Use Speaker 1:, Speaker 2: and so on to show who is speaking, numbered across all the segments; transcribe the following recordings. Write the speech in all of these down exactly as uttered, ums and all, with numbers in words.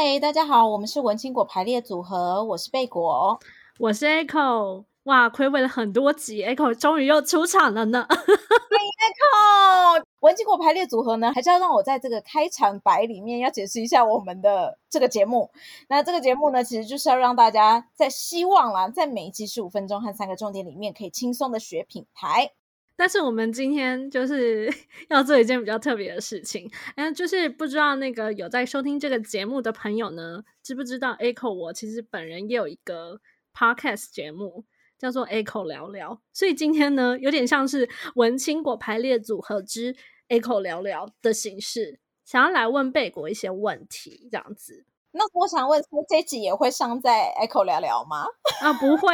Speaker 1: 嗨，大家好，我们是文青果排列组合，我是贝果，
Speaker 2: 我是 Echo。哇，睽违了很多集 ，Echo 终于又出场了呢。
Speaker 1: Echo，文青果排列组合呢，还是要让我在这个开场白里面要解释一下我们的这个节目。那这个节目呢，其实就是要让大家在希望啦，在每一集十五分钟和三个重点里面，可以轻松的学品牌。
Speaker 2: 但是我们今天就是要做一件比较特别的事情，嗯，就是不知道那个有在收听这个节目的朋友呢，知不知道 Echo 我其实本人也有一个 podcast 节目，叫做 Echo 聊聊，所以今天呢，有点像是文青果排列组合之 Echo 聊聊的形式，想要来问贝果一些问题，这样子。
Speaker 1: 那我想问说，这集也会上在 Echo 聊聊吗？
Speaker 2: 啊，不会。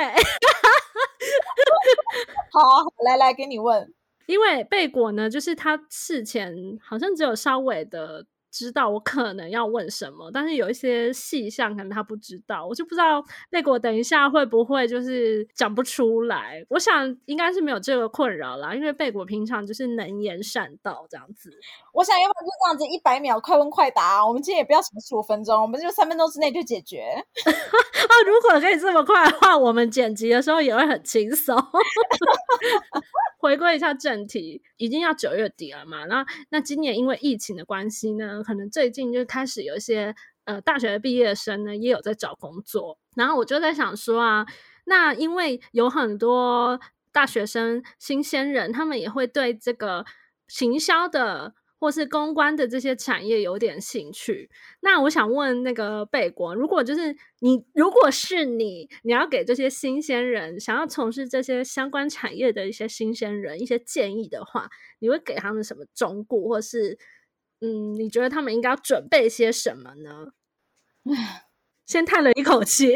Speaker 1: 好啊，来来给你问。
Speaker 2: 因为贝果呢，就是他事前好像只有稍微的知道我可能要问什么，但是有一些细项可能他不知道，我就不知道贝果等一下会不会就是讲不出来。我想应该是没有这个困扰啦，因为贝果平常就是能言善道这样子。
Speaker 1: 我想要不然就这样子一百秒快问快答，我们今天也不要什么十五分钟，我们就三分钟之内就解决。
Speaker 2: 啊，如果可以这么快的话，我们剪辑的时候也会很轻松。回归一下正题，已经要九月底了嘛，那那今年因为疫情的关系呢，可能最近就开始有一些呃大学的毕业生呢也有在找工作，然后我就在想说啊，那因为有很多大学生新鲜人，他们也会对这个行销的或是公关的这些产业有点兴趣。那我想问那个贝果，如果就是你，如果是你，你要给这些新鲜人想要从事这些相关产业的一些新鲜人一些建议的话，你会给他们什么忠告，或是嗯，你觉得他们应该要准备些什么呢？先叹了一口气。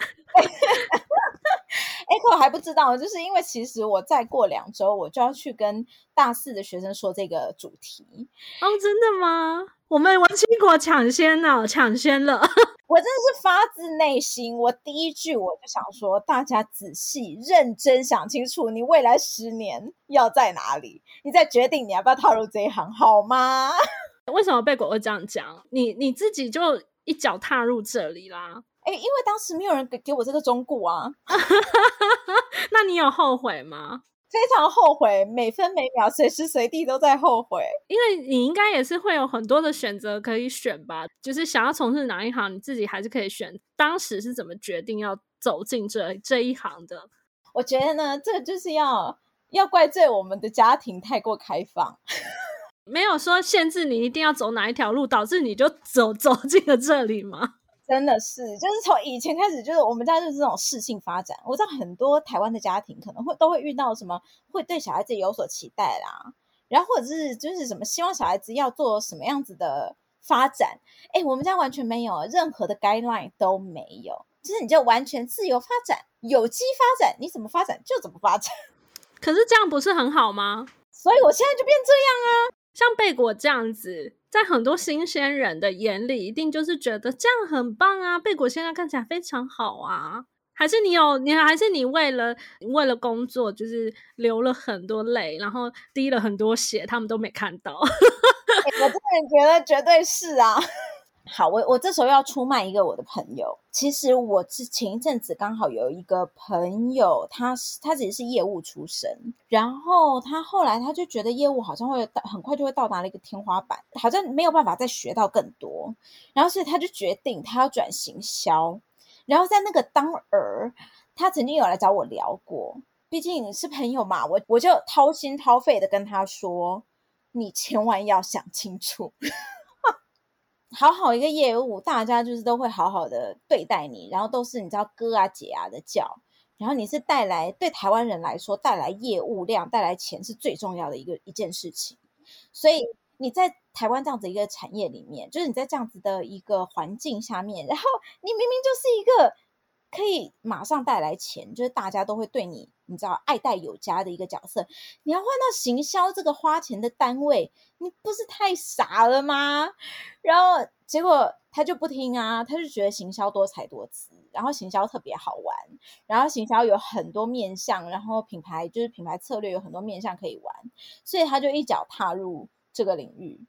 Speaker 1: Echo 还不知道，就是因为其实我再过两周我就要去跟大四的学生说这个主题。
Speaker 2: 哦，真的吗？我们文青果抢先了，抢先了。
Speaker 1: 我真的是发自内心，我第一句我就想说，大家仔细认真想清楚，你未来十年要在哪里，你再决定你要不要踏入这一行，好吗？
Speaker 2: 为什么贝果会这样讲？你你自己就一脚踏入这里啦。
Speaker 1: 哎，因为当时没有人给给我这个忠告啊。
Speaker 2: 那你有后悔吗？
Speaker 1: 非常后悔，每分每秒随时随地都在后悔。
Speaker 2: 因为你应该也是会有很多的选择可以选吧，就是想要从事哪一行，你自己还是可以选。当时是怎么决定要走进这这一行的？
Speaker 1: 我觉得呢，这就是要要怪罪我们的家庭太过开放。
Speaker 2: 没有说限制你一定要走哪一条路，导致你就走走进了这里吗？
Speaker 1: 真的是，就是从以前开始，就是我们家就是这种适性发展。我知道很多台湾的家庭可能会都会遇到什么，会对小孩子有所期待啦，然后或者是就是什么希望小孩子要做什么样子的发展。哎，我们家完全没有任何的 guideline 都没有，就是你就完全自由发展，有机发展，你怎么发展就怎么发展。
Speaker 2: 可是这样不是很好吗？
Speaker 1: 所以我现在就变这样啊。
Speaker 2: 像贝果这样子，在很多新鲜人的眼里，一定就是觉得这样很棒啊！贝果现在看起来非常好啊，还是你有你还是你为了为了工作，就是流了很多泪，然后滴了很多血，他们都没看到。
Speaker 1: 欸、我真的觉得绝对是啊。好，我我这时候要出卖一个我的朋友。其实我之前一阵子刚好有一个朋友，他是他其实是业务出身，然后他后来他就觉得业务好像会很快就会到达了一个天花板，好像没有办法再学到更多，然后所以他就决定他要转行销。然后在那个当儿，他曾经有来找我聊过，毕竟是朋友嘛，我我就掏心掏肺的跟他说，你千万要想清楚。好好一个业务，大家就是都会好好的对待你，然后都是你知道哥啊姐啊的叫，然后你是带来对台湾人来说带来业务量带来钱是最重要的一个一件事情。所以你在台湾这样子一个产业里面，就是你在这样子的一个环境下面，然后你明明就是一个可以马上带来钱，就是大家都会对你你知道爱戴有加的一个角色，你要换到行销这个花钱的单位，你不是太傻了吗？然后结果他就不听啊，他就觉得行销多彩多姿，然后行销特别好玩，然后行销有很多面向，然后品牌就是品牌策略有很多面向可以玩，所以他就一脚踏入这个领域。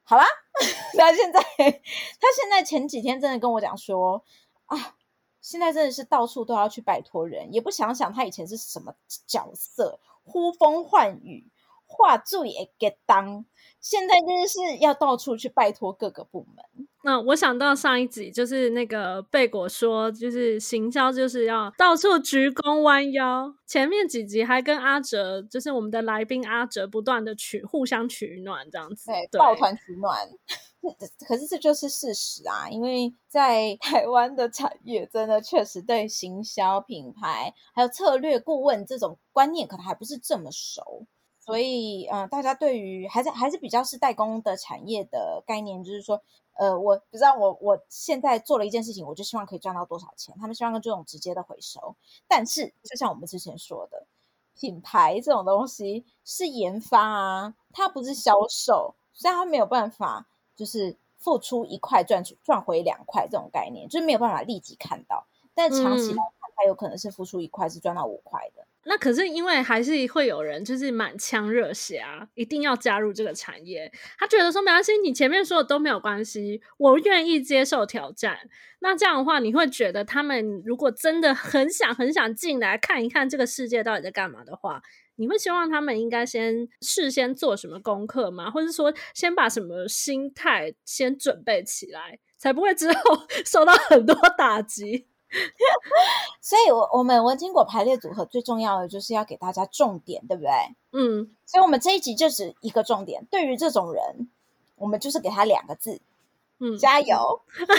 Speaker 1: 好啦，他现在他现在前几天真的跟我讲说啊，现在真的是到处都要去拜托人，也不想想他以前是什么角色，呼风唤雨，话术也给当，现在真的是要到处去拜托各个部门。
Speaker 2: 那我想到上一集就是那个贝果说，就是行销就是要到处鞠躬弯腰。前面几集还跟阿哲，就是我们的来宾阿哲，不断的取互相取暖这样子，
Speaker 1: 对，抱团取暖。可是这就是事实啊，因为在台湾的产业真的确实对行销、品牌还有策略顾问这种观念可能还不是这么熟。所以，呃，大家对于还是还是比较是代工的产业的概念，就是说，呃，我不知道我我现在做了一件事情，我就希望可以赚到多少钱。他们希望用这种直接的回收，但是就像我们之前说的，品牌这种东西是研发啊，它不是销售，所以它没有办法就是付出一块赚赚回两块这种概念，就是没有办法立即看到。但长期来看，它有可能是付出一块是赚到五块的。
Speaker 2: 那可是因为还是会有人就是满腔热血啊，一定要加入这个产业。他觉得说没关系，你前面说的都没有关系，我愿意接受挑战。那这样的话，你会觉得他们如果真的很想很想进来看一看这个世界到底在干嘛的话，你会希望他们应该先事先做什么功课吗？或者说先把什么心态先准备起来，才不会之后受到很多打击？
Speaker 1: 所以我我们文青果排列组合最重要的就是要给大家重点，对不对？
Speaker 2: 嗯，
Speaker 1: 所以我们这一集就只一个重点，对于这种人我们就是给他两个字，嗯，加油。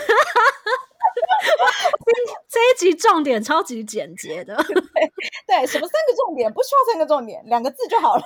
Speaker 2: 这一集重点超级简洁的。
Speaker 1: 对, 对，什么三个重点，不需要三个重点，两个字就好了。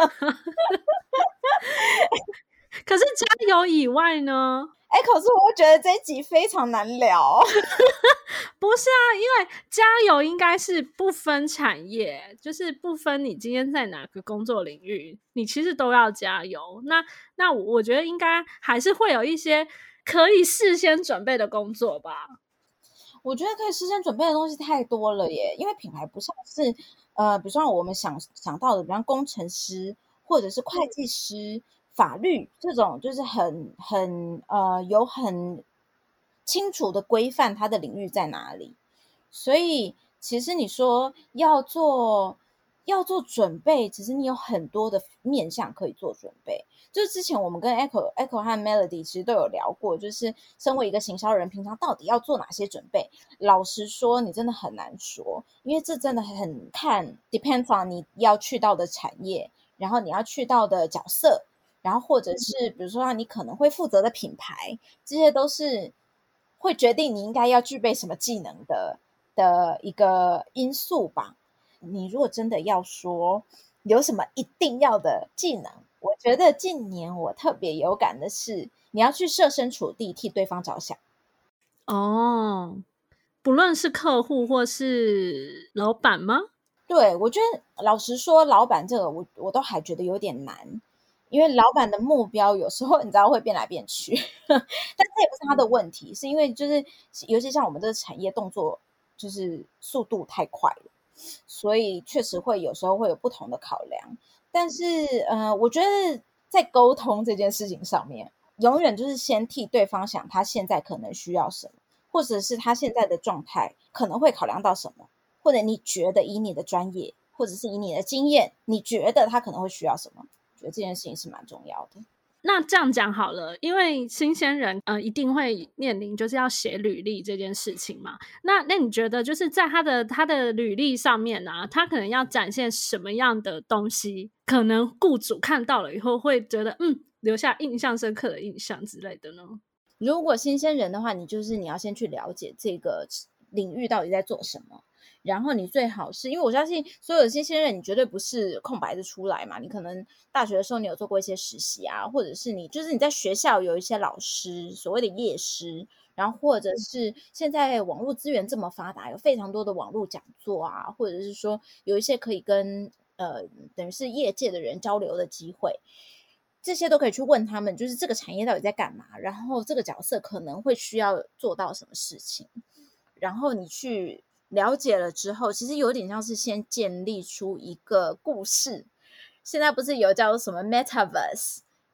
Speaker 2: 可是加油以外呢？
Speaker 1: 哎，可是我觉得这一集非常难聊。
Speaker 2: 不是啊，因为加油应该是不分产业，就是不分你今天在哪个工作领域，你其实都要加油。那那我觉得应该还是会有一些可以事先准备的工作吧。
Speaker 1: 我觉得可以事先准备的东西太多了耶，因为品牌不像是呃，比如说我们想想到的，比方工程师或者是会计师、法律这种，就是很很呃有很清楚的规范它的领域在哪里。所以其实你说要做要做准备，其实你有很多的面向可以做准备。就是之前我们跟 Echo Echo 和 Melody 其实都有聊过，就是身为一个行销人，平常到底要做哪些准备？老实说，你真的很难说，因为这真的很看 depends on 你要去到的产业，然后你要去到的角色，然后或者是比如说你可能会负责的品牌，这些都是会决定你应该要具备什么技能的的一个因素吧。你如果真的要说有什么一定要的技能，我觉得近年我特别有感的是，你要去设身处地替对方着想。
Speaker 2: 哦，不论是客户或是老板吗？
Speaker 1: 对，我觉得老实说，老板这个我我都还觉得有点难，因为老板的目标有时候你知道会变来变去，但这也不是他的问题，是因为就是尤其像我们这个产业动作就是速度太快了，所以确实会有时候会有不同的考量。但是呃，我觉得在沟通这件事情上面，永远就是先替对方想他现在可能需要什么，或者是他现在的状态可能会考量到什么，或者你觉得以你的专业或者是以你的经验，你觉得他可能会需要什么，我觉得这件事情是蛮重要的。
Speaker 2: 那这样讲好了，因为新鲜人呃一定会面临就是要写履历这件事情嘛。那那你觉得就是在他的他的履历上面啊，他可能要展现什么样的东西，可能雇主看到了以后会觉得嗯留下印象深刻的印象之类的呢？
Speaker 1: 如果新鲜人的话，你就是你要先去了解这个领域到底在做什么。然后你最好是因为我相信所有的新鲜人你绝对不是空白的出来嘛，你可能大学的时候你有做过一些实习啊，或者是你就是你在学校有一些老师所谓的业师，然后或者是现在网络资源这么发达，有非常多的网络讲座啊，或者是说有一些可以跟呃等于是业界的人交流的机会，这些都可以去问他们，就是这个产业到底在干嘛，然后这个角色可能会需要做到什么事情，然后你去了解了之后，其实有点像是先建立出一个故事。现在不是有叫什么 Metaverse，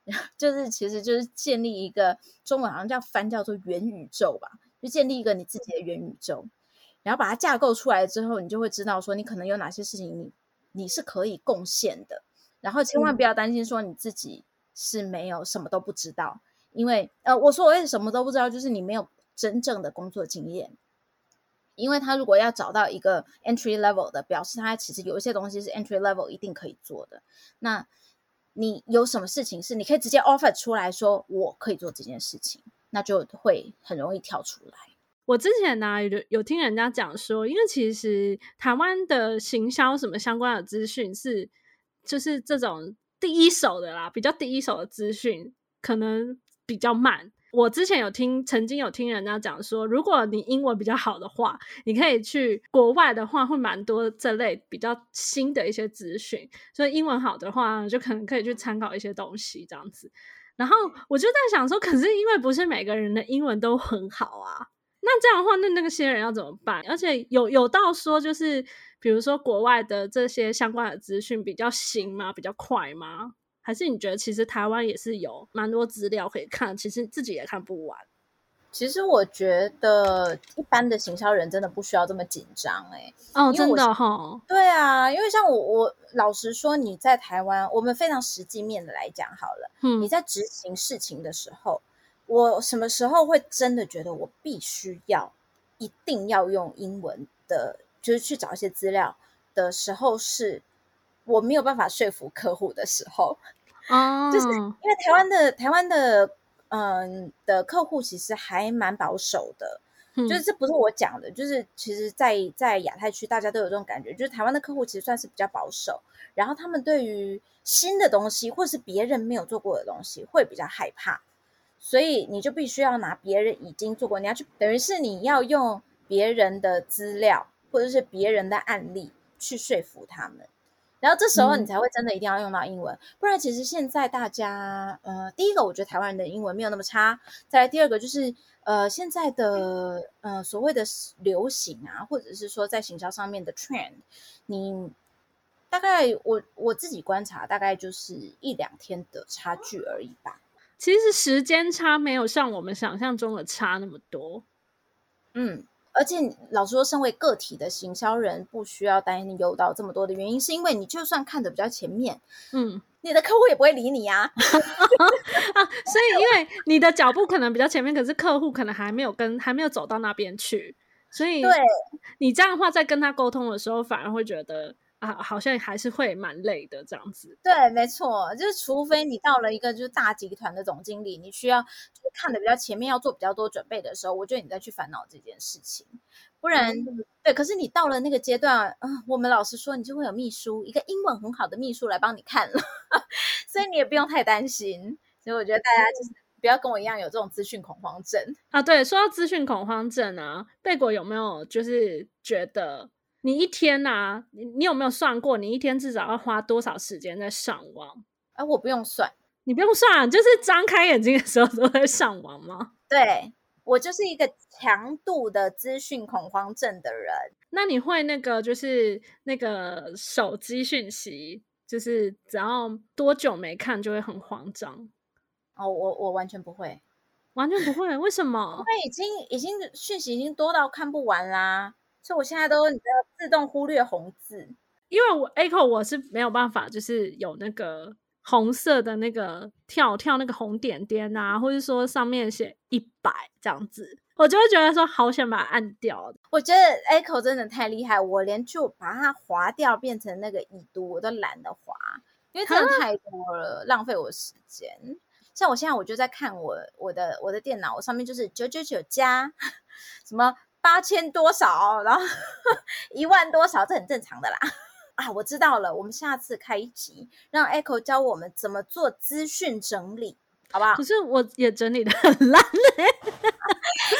Speaker 1: 就是其实就是建立一个中文好像叫翻叫做元宇宙吧，就建立一个你自己的元宇宙，然后把它架构出来之后，你就会知道说你可能有哪些事情你你是可以贡献的，然后千万不要担心说你自己是没有什么都不知道，因为呃，我说我为什么都不知道，就是你没有真正的工作经验。因为他如果要找到一个 entry level 的，表示他其实有一些东西是 entry level 一定可以做的。那你有什么事情是你可以直接 offer 出来说我可以做这件事情，那就会很容易跳出来。
Speaker 2: 我之前呢、啊、有, 有听人家讲说，因为其实台湾的行销什么相关的资讯是就是这种第一手的啦，比较第一手的资讯可能比较慢。我之前有听曾经有听人家讲说，如果你英文比较好的话，你可以去国外的话会蛮多这类比较新的一些资讯，所以英文好的话就可能可以去参考一些东西这样子。然后我就在想说，可是因为不是每个人的英文都很好啊，那这样的话那那些人要怎么办？而且有有到说就是比如说国外的这些相关的资讯比较新吗？比较快吗？还是你觉得其实台湾也是有蛮多资料可以看，其实自己也看不完？
Speaker 1: 其实我觉得一般的行销人真的不需要这么紧张哎、欸。
Speaker 2: 哦，真的齁。
Speaker 1: 对啊，因为像我我老实说，你在台湾，我们非常实际面的来讲好了，嗯，你在执行事情的时候，我什么时候会真的觉得我必须要一定要用英文的，就是去找一些资料的时候，是我没有办法说服客户的时候。哦，就是因为台湾的台湾的嗯的客户其实还蛮保守的，嗯，就是这不是我讲的，就是其实在在亚太区大家都有这种感觉，就是台湾的客户其实算是比较保守，然后他们对于新的东西或是别人没有做过的东西会比较害怕，所以你就必须要拿别人已经做过，你要去等于是你要用别人的资料或者是别人的案例去说服他们，然后这时候你才会真的一定要用到英文，嗯，不然其实现在大家呃，第一个我觉得台湾人的英文没有那么差，再来第二个就是呃现在的呃所谓的流行啊，或者是说在行销上面的 trend， 你大概我我自己观察大概就是一两天的差距而已吧。
Speaker 2: 其实时间差没有像我们想象中的差那么多。
Speaker 1: 嗯，而且老实说，身为个体的行销人不需要担忧到这么多的原因，是因为你就算看得比较前面，嗯，你的客户也不会理你啊。啊，
Speaker 2: 所以因为你的脚步可能比较前面，可是客户可能还没有跟还没有走到那边去，所以对你这样的话在跟他沟通的时候反而会觉得啊，好像还是会蛮累的这样子。
Speaker 1: 对，没错，就是除非你到了一个就是大集团的总经理，你需要就是看得比较前面，要做比较多准备的时候，我觉得你再去烦恼这件事情，不然、嗯、对。可是你到了那个阶段，嗯，我们老实说，你就会有秘书，一个英文很好的秘书来帮你看了，所以你也不用太担心。所以我觉得大家就是不要跟我一样有这种资讯恐慌症
Speaker 2: 啊。对，说到资讯恐慌症啊，贝果有没有就是觉得？你一天啊，你你有没有算过你一天至少要花多少时间在上网？
Speaker 1: 啊，我不用算。
Speaker 2: 你不用算，就是张开眼睛的时候都在上网吗？
Speaker 1: 对，我就是一个强度的资讯恐慌症的人。
Speaker 2: 那你会那个就是那个手机讯息，就是只要多久没看就会很慌张？
Speaker 1: 哦，我我完全不会，
Speaker 2: 完全不会，为什么？
Speaker 1: 因为已经已经讯息已经多到看不完啦。所以我现在都你知道自动忽略红字，
Speaker 2: 因为我 Echo 我是没有办法，就是有那个红色的那个跳跳那个红点点啊，或者说上面写一百这样子，我就会觉得说好想把它按掉。
Speaker 1: 我觉得 Echo 真的太厉害，我连就把它划掉变成那个已读我都懒得划，因为真的太多了，浪费我时间。像我现在我就在看我我的我的电脑，我上面就是九九九加什么八千多少，然后一万多少，这很正常的啦。啊，我知道了，我们下次开一集，让 Echo 教我们怎么做资讯整理，好不好？
Speaker 2: 可是我也整理的很烂嘞、欸。
Speaker 1: 可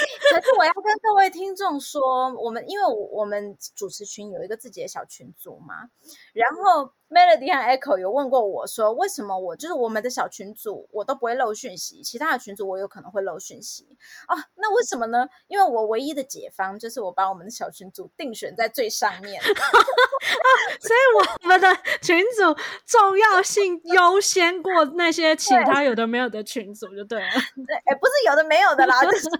Speaker 1: 是我要跟各位听众说，我们因为我我们主持群有一个自己的小群组嘛，然后 Melody 和 Echo 有问过我说，为什么我就是我们的小群组我都不会漏讯息，其他的群组我有可能会漏讯息啊？那为什么呢？因为我唯一的解方就是我把我们的小群组定选在最上面，
Speaker 2: 所以我们的群组重要性优先过那些其他有的没有的群组就对了。
Speaker 1: 对，哎，不是有的没有的啦，就是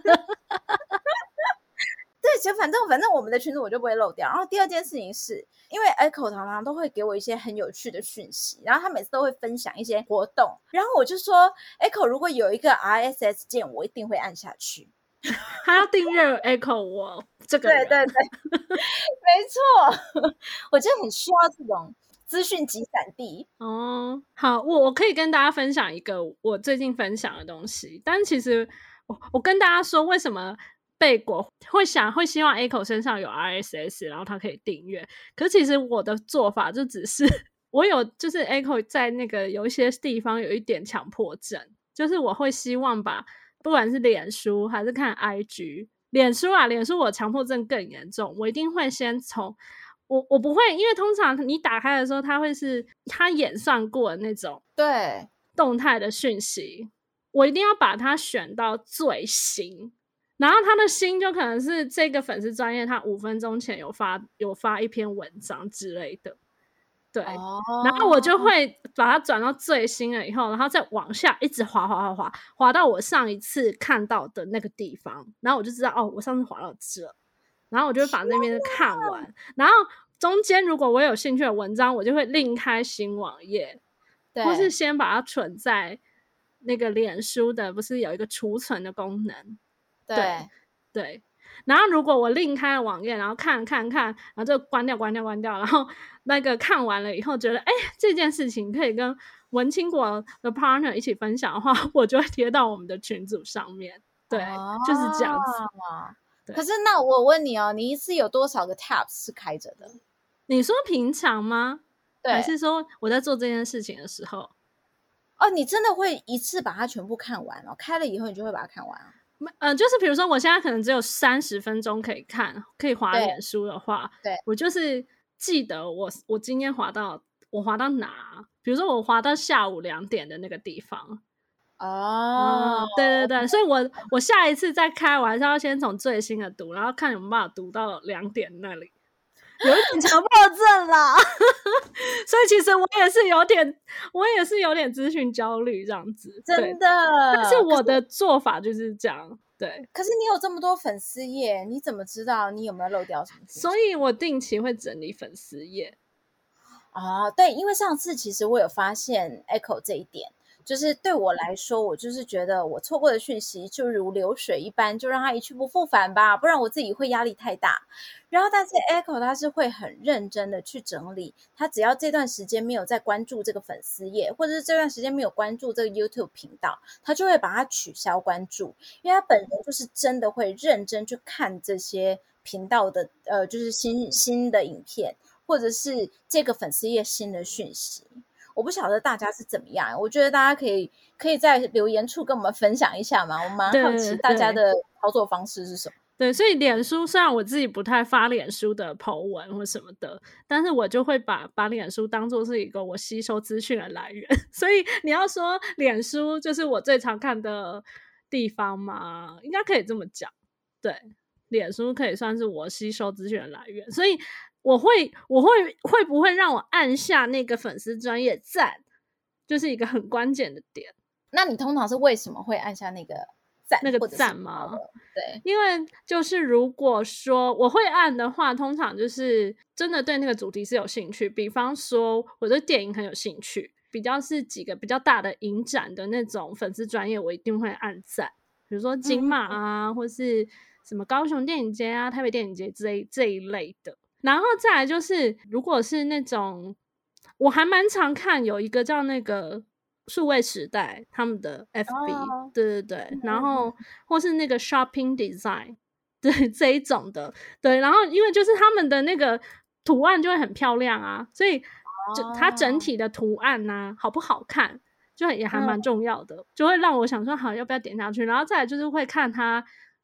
Speaker 1: 对，其实反正反正我们的群组我就不会漏掉。然后第二件事情是，因为 Echo 常常都会给我一些很有趣的讯息，然后他每次都会分享一些活动，然后我就说 Echo 如果有一个 R S S 键，我一定会按下去。
Speaker 2: 他要订阅 Echo 我这个人，
Speaker 1: 对对对，没错，我就很需要这种资讯集散地。
Speaker 2: 哦，好，我我可以跟大家分享一个我最近分享的东西，但其实我我跟大家说为什么贝果会想会希望 Echo 身上有 R S S， 然后他可以订阅。可是其实我的做法就只是我有就是 Echo 在那个有一些地方有一点强迫症，就是我会希望把不管是脸书还是看 I G， 脸书啊，脸书我强迫症更严重，我一定会先从我我不会，因为通常你打开的时候，它会是它演算过的那种
Speaker 1: 对
Speaker 2: 动态的讯息，我一定要把它选到最新。然后他的新就可能是这个粉丝专页他五分钟前有发有发一篇文章之类的，对、哦、然后我就会把它转到最新了以后，然后再往下一直滑滑滑滑滑到我上一次看到的那个地方，然后我就知道哦，我上次滑到这，然后我就会把那边看完，然后中间如果我有兴趣的文章，我就会另开新网页，对，或是先把它存在那个脸书的不是有一个储存的功能，对 对, 对，然后如果我另开了网页，然后看看看，然后就关掉关掉关掉，然后那个看完了以后觉得哎，这件事情可以跟文青果的 partner 一起分享的话，我就会贴到我们的群组上面，对、哦、就是这样子。
Speaker 1: 可是那我问你哦，你一次有多少个 tabs 是开着的？
Speaker 2: 你说平常吗？
Speaker 1: 对，
Speaker 2: 还是说我在做这件事情的时候？
Speaker 1: 哦，你真的会一次把它全部看完哦？开了以后你就会把它看完啊？
Speaker 2: 呃，就是比如说我现在可能只有三十分钟可以看，可以滑脸书的话，
Speaker 1: 对，
Speaker 2: 我就是记得我我今天滑到我滑到哪，比如说我滑到下午两点的那个地方。
Speaker 1: 哦、
Speaker 2: 嗯，对对对，所以我我下一次再开，我还是要先从最新的读，然后看有没有办法读到两点那里。有一点强迫症啦所以其实我也是有点我也是有点资讯焦虑这样子，
Speaker 1: 真的。
Speaker 2: 但是我的做法就是这样，对。
Speaker 1: 可是你有这么多粉丝页，你怎么知道你有没有漏掉什么？
Speaker 2: 所以我定期会整理粉丝页。
Speaker 1: 哦，对，因为上次其实我有发现 Echo 这一点，就是对我来说，我就是觉得我错过的讯息就如流水一般，就让它一去不复返吧，不然我自己会压力太大。然后但是 Echo 他是会很认真的去整理，他只要这段时间没有在关注这个粉丝页，或者是这段时间没有关注这个 YouTube 频道，他就会把它取消关注，因为他本人就是真的会认真去看这些频道的呃，就是新新的影片，或者是这个粉丝页新的讯息。我不晓得大家是怎么样，我觉得大家可以可以在留言处跟我们分享一下嘛，我蛮好奇大家的操作方式是什么。
Speaker 2: 对，所以脸书虽然我自己不太发脸书的 po 文或什么的，但是我就会把把脸书当作是一个我吸收资讯的来源。所以你要说脸书就是我最常看的地方嘛，应该可以这么讲。对，脸书可以算是我吸收资讯的来源，所以我会我会会不会让我按下那个粉丝专页赞，就是一个很关键的点。
Speaker 1: 那你通常是为什么会按下那个
Speaker 2: 那个赞吗？
Speaker 1: 对，
Speaker 2: 因为就是如果说我会按的话，通常就是真的对那个主题是有兴趣，比方说我对电影很有兴趣，比较是几个比较大的影展的那种粉丝专页，我一定会按赞，比如说金马啊、嗯、或是什么高雄电影节啊、台北电影节这一这一类的。然后再来就是如果是那种我还蛮常看有一个叫那个数位时代他们的 F B、oh. 对对对，然后或是那个 Shopping Design 对这一种的，对，然后因为就是他们的那个图案就会很漂亮啊，所以就它整体的图案啊好不好看就也还蛮重要的、嗯、就会让我想说好要不要点下去。然后再来就是会看它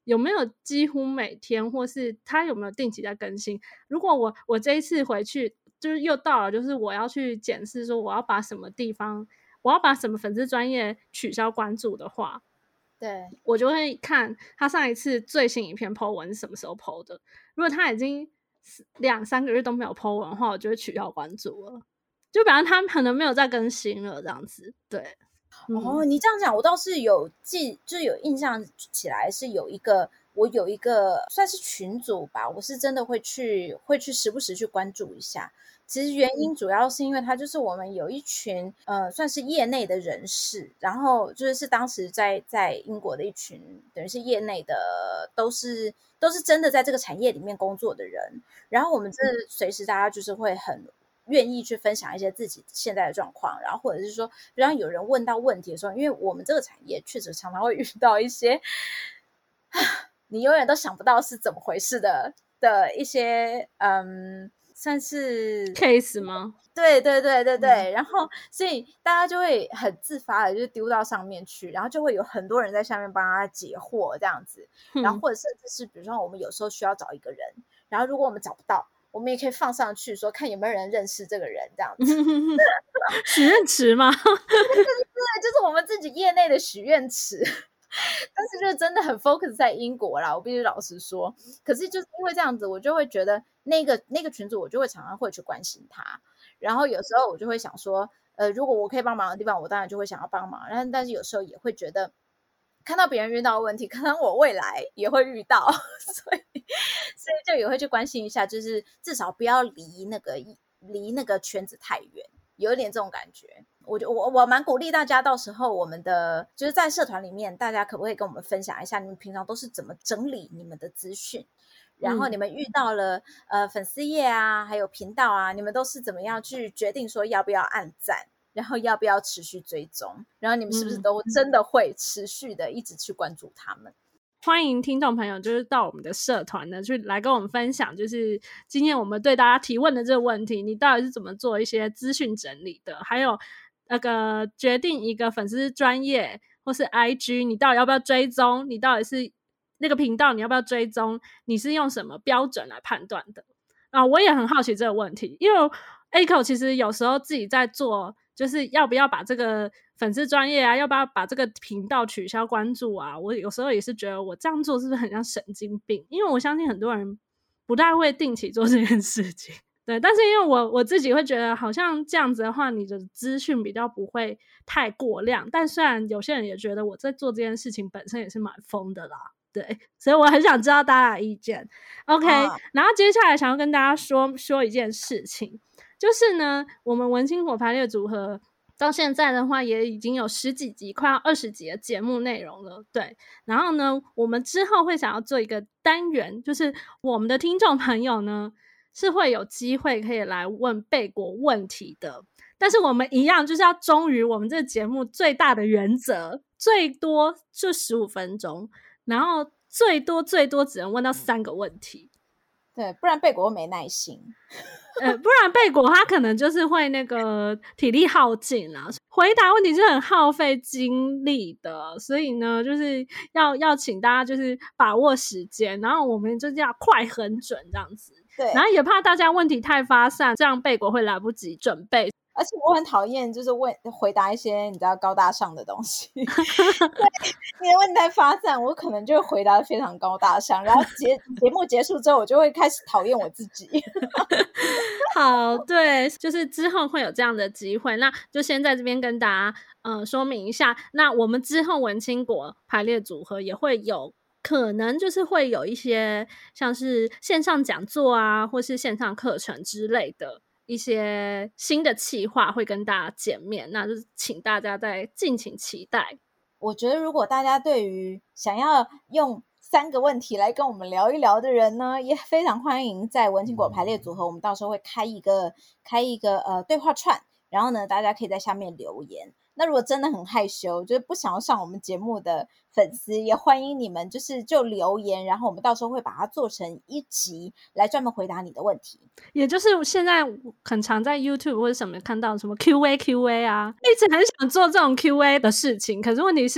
Speaker 2: 有没有几乎每天，或是他有没有定期在更新？如果我我这一次回去就是又到了，就是我要去检视说我要把什么地方，我要把什么粉丝专页取消关注的话，
Speaker 1: 对，
Speaker 2: 我就会看他上一次最新影片 po 文是什么时候 po 的。如果他已经两三个月都没有 po 文的话，我就会取消关注了。就比方他可能没有再更新了这样子，对。
Speaker 1: 哦，你这样讲，我倒是有记，就是有印象起来，是有一个，我有一个算是群组吧，我是真的会去，会去时不时去关注一下。其实原因主要是因为他就是我们有一群呃算是业内的人士，然后就是是当时在在英国的一群，等于是业内的，都是都是真的在这个产业里面工作的人。然后我们这随时大家就是会很愿意去分享一些自己现在的状况，然后或者是说，比方有人问到问题的时候，因为我们这个产业确实常常会遇到一些你永远都想不到是怎么回事的的一些嗯，算是
Speaker 2: case 吗？
Speaker 1: 对对对对对、嗯、然后所以大家就会很自发的就丢到上面去，然后就会有很多人在下面帮他解惑这样子，然后或者甚至是比如说我们有时候需要找一个人，然后如果我们找不到，我们也可以放上去说看有没有人认识这个人这样子
Speaker 2: 许愿池吗？
Speaker 1: 对对对，就是我们自己业内的许愿池但是就真的很 focus 在英国啦，我必须老实说。可是就是因为这样子，我就会觉得那个那个群组我就会常常会去关心他，然后有时候我就会想说呃，如果我可以帮忙的地方我当然就会想要帮忙，但但是有时候也会觉得看到别人遇到的问题可能我未来也会遇到所以所以就也会去关心一下，就是至少不要离那个离那个圈子太远，有一点这种感觉。我我我蛮鼓励大家，到时候我们的就是在社团里面，大家可不可以跟我们分享一下你们平常都是怎么整理你们的资讯，然后你们遇到了、嗯、呃粉丝页啊还有频道啊，你们都是怎么样去决定说要不要按赞，然后要不要持续追踪，然后你们是不是都真的会持续的一直去关注他们、嗯
Speaker 2: 欢迎听众朋友就是到我们的社团呢去来跟我们分享，就是今天我们对大家提问的这个问题，你到底是怎么做一些资讯整理的，还有那个决定一个粉丝专页或是 I G 你到底要不要追踪，你到底是那个频道你要不要追踪，你是用什么标准来判断的啊？我也很好奇这个问题，因为 Aiko 其实有时候自己在做就是要不要把这个粉丝专页啊，要不要把这个频道取消关注啊，我有时候也是觉得我这样做是不是很像神经病，因为我相信很多人不太会定期做这件事情，对，但是因为我我自己会觉得好像这样子的话你的资讯比较不会太过量，但虽然有些人也觉得我在做这件事情本身也是蛮疯的啦，对，所以我很想知道大家的意见 OK、啊、然后接下来想要跟大家说说一件事情，就是呢我们文青火排列组合到现在的话也已经有十几集快要二十集的节目内容了，对，然后呢我们之后会想要做一个单元，就是我们的听众朋友呢是会有机会可以来问贝果问题的，但是我们一样就是要忠于我们这个节目最大的原则，最多就十五分钟，然后最多最多只能问到三个问题，
Speaker 1: 对，不然贝果没耐心
Speaker 2: 呃，不然贝果他可能就是会那个体力耗尽啦，回答问题是很耗费精力的，所以呢就是要要请大家就是把握时间，然后我们就是要快很准这样子，
Speaker 1: 对，
Speaker 2: 然后也怕大家问题太发散，这样贝果会来不及准备，
Speaker 1: 而且我很讨厌就是问回答一些你知道高大上的东西对，你的问题太发散，我可能就会回答非常高大上，然后节节目结束之后我就会开始讨厌我自己
Speaker 2: 好，对，就是之后会有这样的机会，那就先在这边跟大家呃说明一下，那我们之后文青果排列组合也会有可能就是会有一些像是线上讲座啊或是线上课程之类的一些新的企划会跟大家见面，那就是请大家再敬请期待。
Speaker 1: 我觉得如果大家对于想要用三个问题来跟我们聊一聊的人呢，也非常欢迎在文青果排列组合，我们到时候会开一个开一个呃对话串，然后呢大家可以在下面留言，那如果真的很害羞就是不想要上我们节目的粉丝，也欢迎你们就是就留言，然后我们到时候会把它做成一集来专门回答你的问题，
Speaker 2: 也就是现在很常在 YouTube 或者什么看到什么 Q A Q A 啊，一直很想做这种 Q A 的事情，可是问题是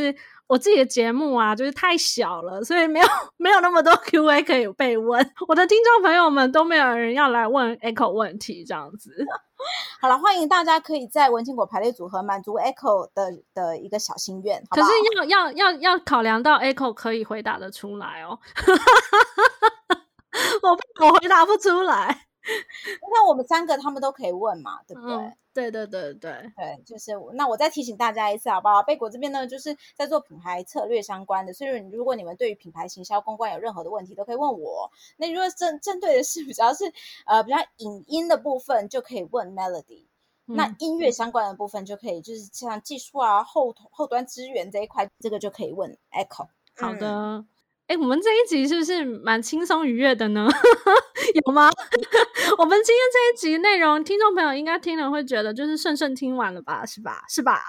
Speaker 2: 我自己的节目啊，就是太小了，所以没有没有那么多 Q A 可以被问。我的听众朋友们都没有人要来问 Echo 问题，这样子。
Speaker 1: 好了，欢迎大家可以在文青果排列组合满足 Echo 的的一个小心愿，好不好？
Speaker 2: 可是要要要要考量到 Echo 可以回答得出来哦。我怕我回答不出来。
Speaker 1: 那我们三个他们都可以问嘛，对不对？
Speaker 2: 嗯、对对对对
Speaker 1: 对，就是那我再提醒大家一次好不好？贝果这边呢，就是在做品牌策略相关的，所以如果你们对于品牌行销公关有任何的问题，都可以问我。那如果针针对的是比较是呃比较影音的部分，就可以问 Melody。
Speaker 2: 嗯、
Speaker 1: 那音乐相关的部分就可以，就是像技术啊、后后端资源这一块，这个就可以问 Echo。
Speaker 2: 好的。嗯哎，我们这一集是不是蛮轻松愉悦的呢？有吗？我们今天这一集内容，听众朋友应该听了会觉得就是顺顺听完了吧，是吧？是吧？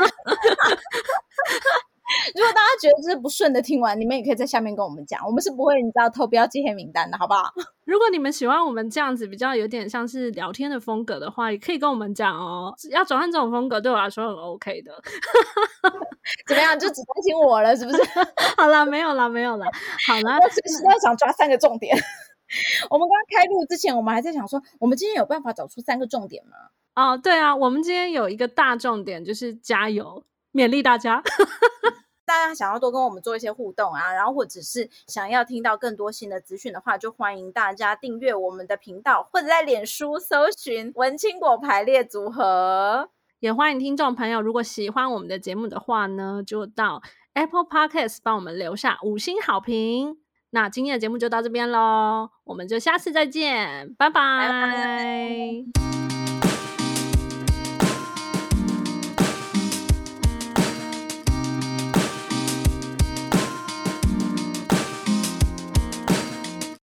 Speaker 1: 如果大家觉得这是不顺的听完，你们也可以在下面跟我们讲，我们是不会你知道投标记黑名单的，好不好？
Speaker 2: 如果你们喜欢我们这样子比较有点像是聊天的风格的话，也可以跟我们讲哦。要转换这种风格对我来说很 OK 的。
Speaker 1: 怎么样？就只担心我了是不是？
Speaker 2: 好啦，没有啦没有啦好啦，
Speaker 1: 我随时都想抓三个重点。我们刚刚开录之前，我们还在想说，我们今天有办法找出三个重点吗？
Speaker 2: 哦，对啊，我们今天有一个大重点，就是加油，勉励大家。
Speaker 1: 大家想要多跟我们做一些互动啊，然后或者是想要听到更多新的资讯的话，就欢迎大家订阅我们的频道，或者在脸书搜寻文青果排列组合。
Speaker 2: 也欢迎听众朋友，如果喜欢我们的节目的话呢，就到 Apple Podcast 帮我们留下五星好评。那今天的节目就到这边咯，我们就下次再见，拜拜。
Speaker 1: 拜拜。